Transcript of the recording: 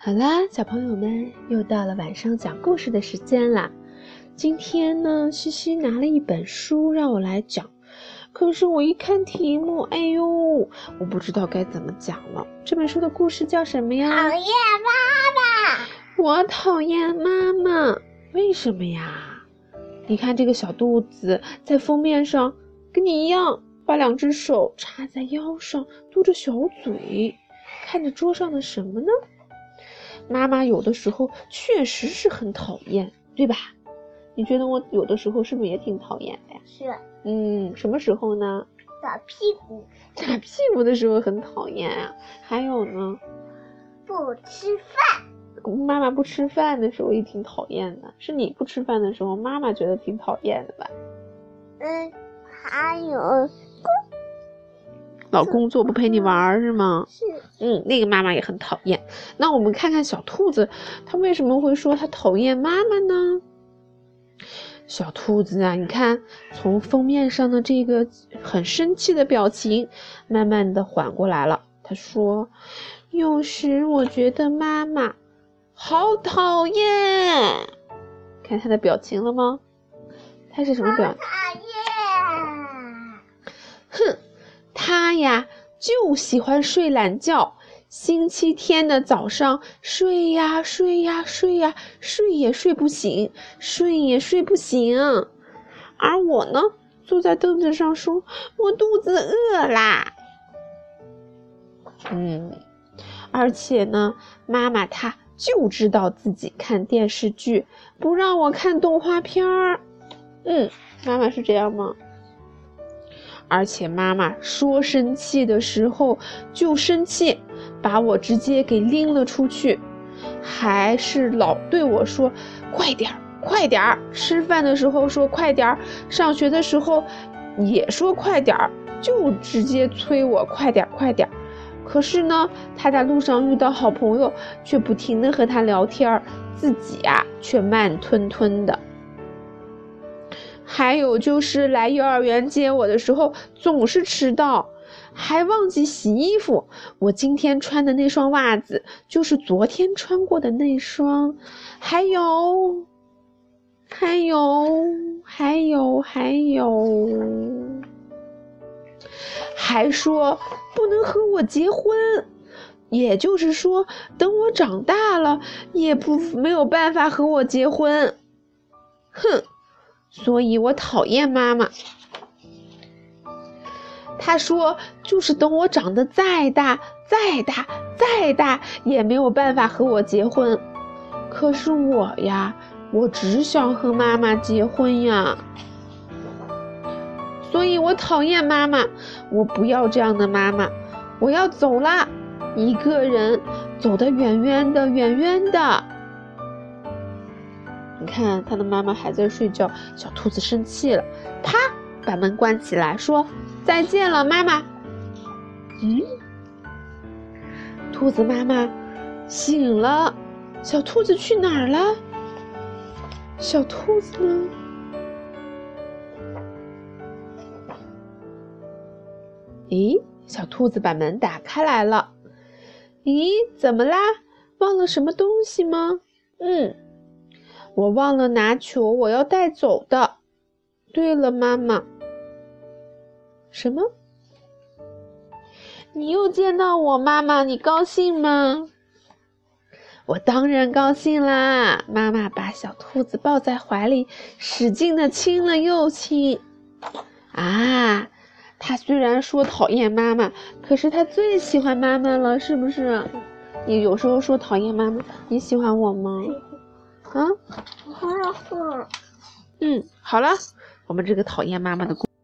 好啦，小朋友们，又到了晚上讲故事的时间啦。今天呢，西西拿了一本书让我来讲，可是我一看题目，哎呦，我不知道该怎么讲了。这本书的故事叫什么呀？ 讨厌妈妈。 我讨厌妈妈，为什么呀？你看这个小肚子在封面上跟你一样，把两只手插在腰上，嘟着小嘴，看着桌上的什么呢？妈妈有的时候确实是很讨厌，对吧？你觉得我有的时候是不是也挺讨厌的呀？ 是。 什么时候呢？ 打屁股。 打屁股的时候很讨厌啊。还有呢？ 不吃饭。 妈妈不吃饭的时候也挺讨厌的。是你不吃饭的时候，妈妈觉得挺讨厌的吧？ 还有老公做不陪你玩是吗？ 是。 那个妈妈也很讨厌。那我们看看小兔子，它为什么会说它讨厌妈妈呢？小兔子啊，你看从封面上的这个很生气的表情，慢慢的缓过来了。他说，有时我觉得妈妈好讨厌。看他的表情了吗？他是什么表情？ 讨厌。 哼，他呀就喜欢睡懒觉，星期天的早上睡呀睡呀睡呀，睡也睡不醒，睡也睡不醒。而我呢，坐在凳子上说，我肚子饿啦。而且呢，妈妈她就知道自己看电视剧，不让我看动画片儿。妈妈是这样吗？而且妈妈说生气的时候就生气，把我直接给拎了出去，还是老对我说快点儿快点儿，吃饭的时候说快点儿，上学的时候也说快点儿，就直接催我快点儿快点儿。可是呢，他在路上遇到好朋友，却不停地和他聊天，自己啊却慢吞吞的。还有就是来幼儿园接我的时候总是迟到，还忘记洗衣服。我今天穿的那双袜子就是昨天穿过的那双。还有还说不能和我结婚，也就是说等我长大了也没有办法和我结婚。哼，所以我讨厌妈妈。他说就是等我长得再大也没有办法和我结婚。可是我呀，我只想和妈妈结婚呀。所以我讨厌妈妈，我不要这样的妈妈，我要走啦，一个人走得远远的。你看他的妈妈还在睡觉，小兔子生气了，啪把门关起来，说再见了妈妈。兔子妈妈醒了，小兔子去哪儿了？小兔子呢？小兔子把门打开来了。怎么啦？忘了什么东西吗？我忘了拿球，我要带走的。对了，妈妈。什么？你又见到我，妈妈，你高兴吗？我当然高兴啦！妈妈把小兔子抱在怀里，使劲地亲了又亲。他虽然说讨厌妈妈，可是他最喜欢妈妈了，是不是？你有时候说讨厌妈妈，你喜欢我吗？好了，我们这个讨厌妈妈的故事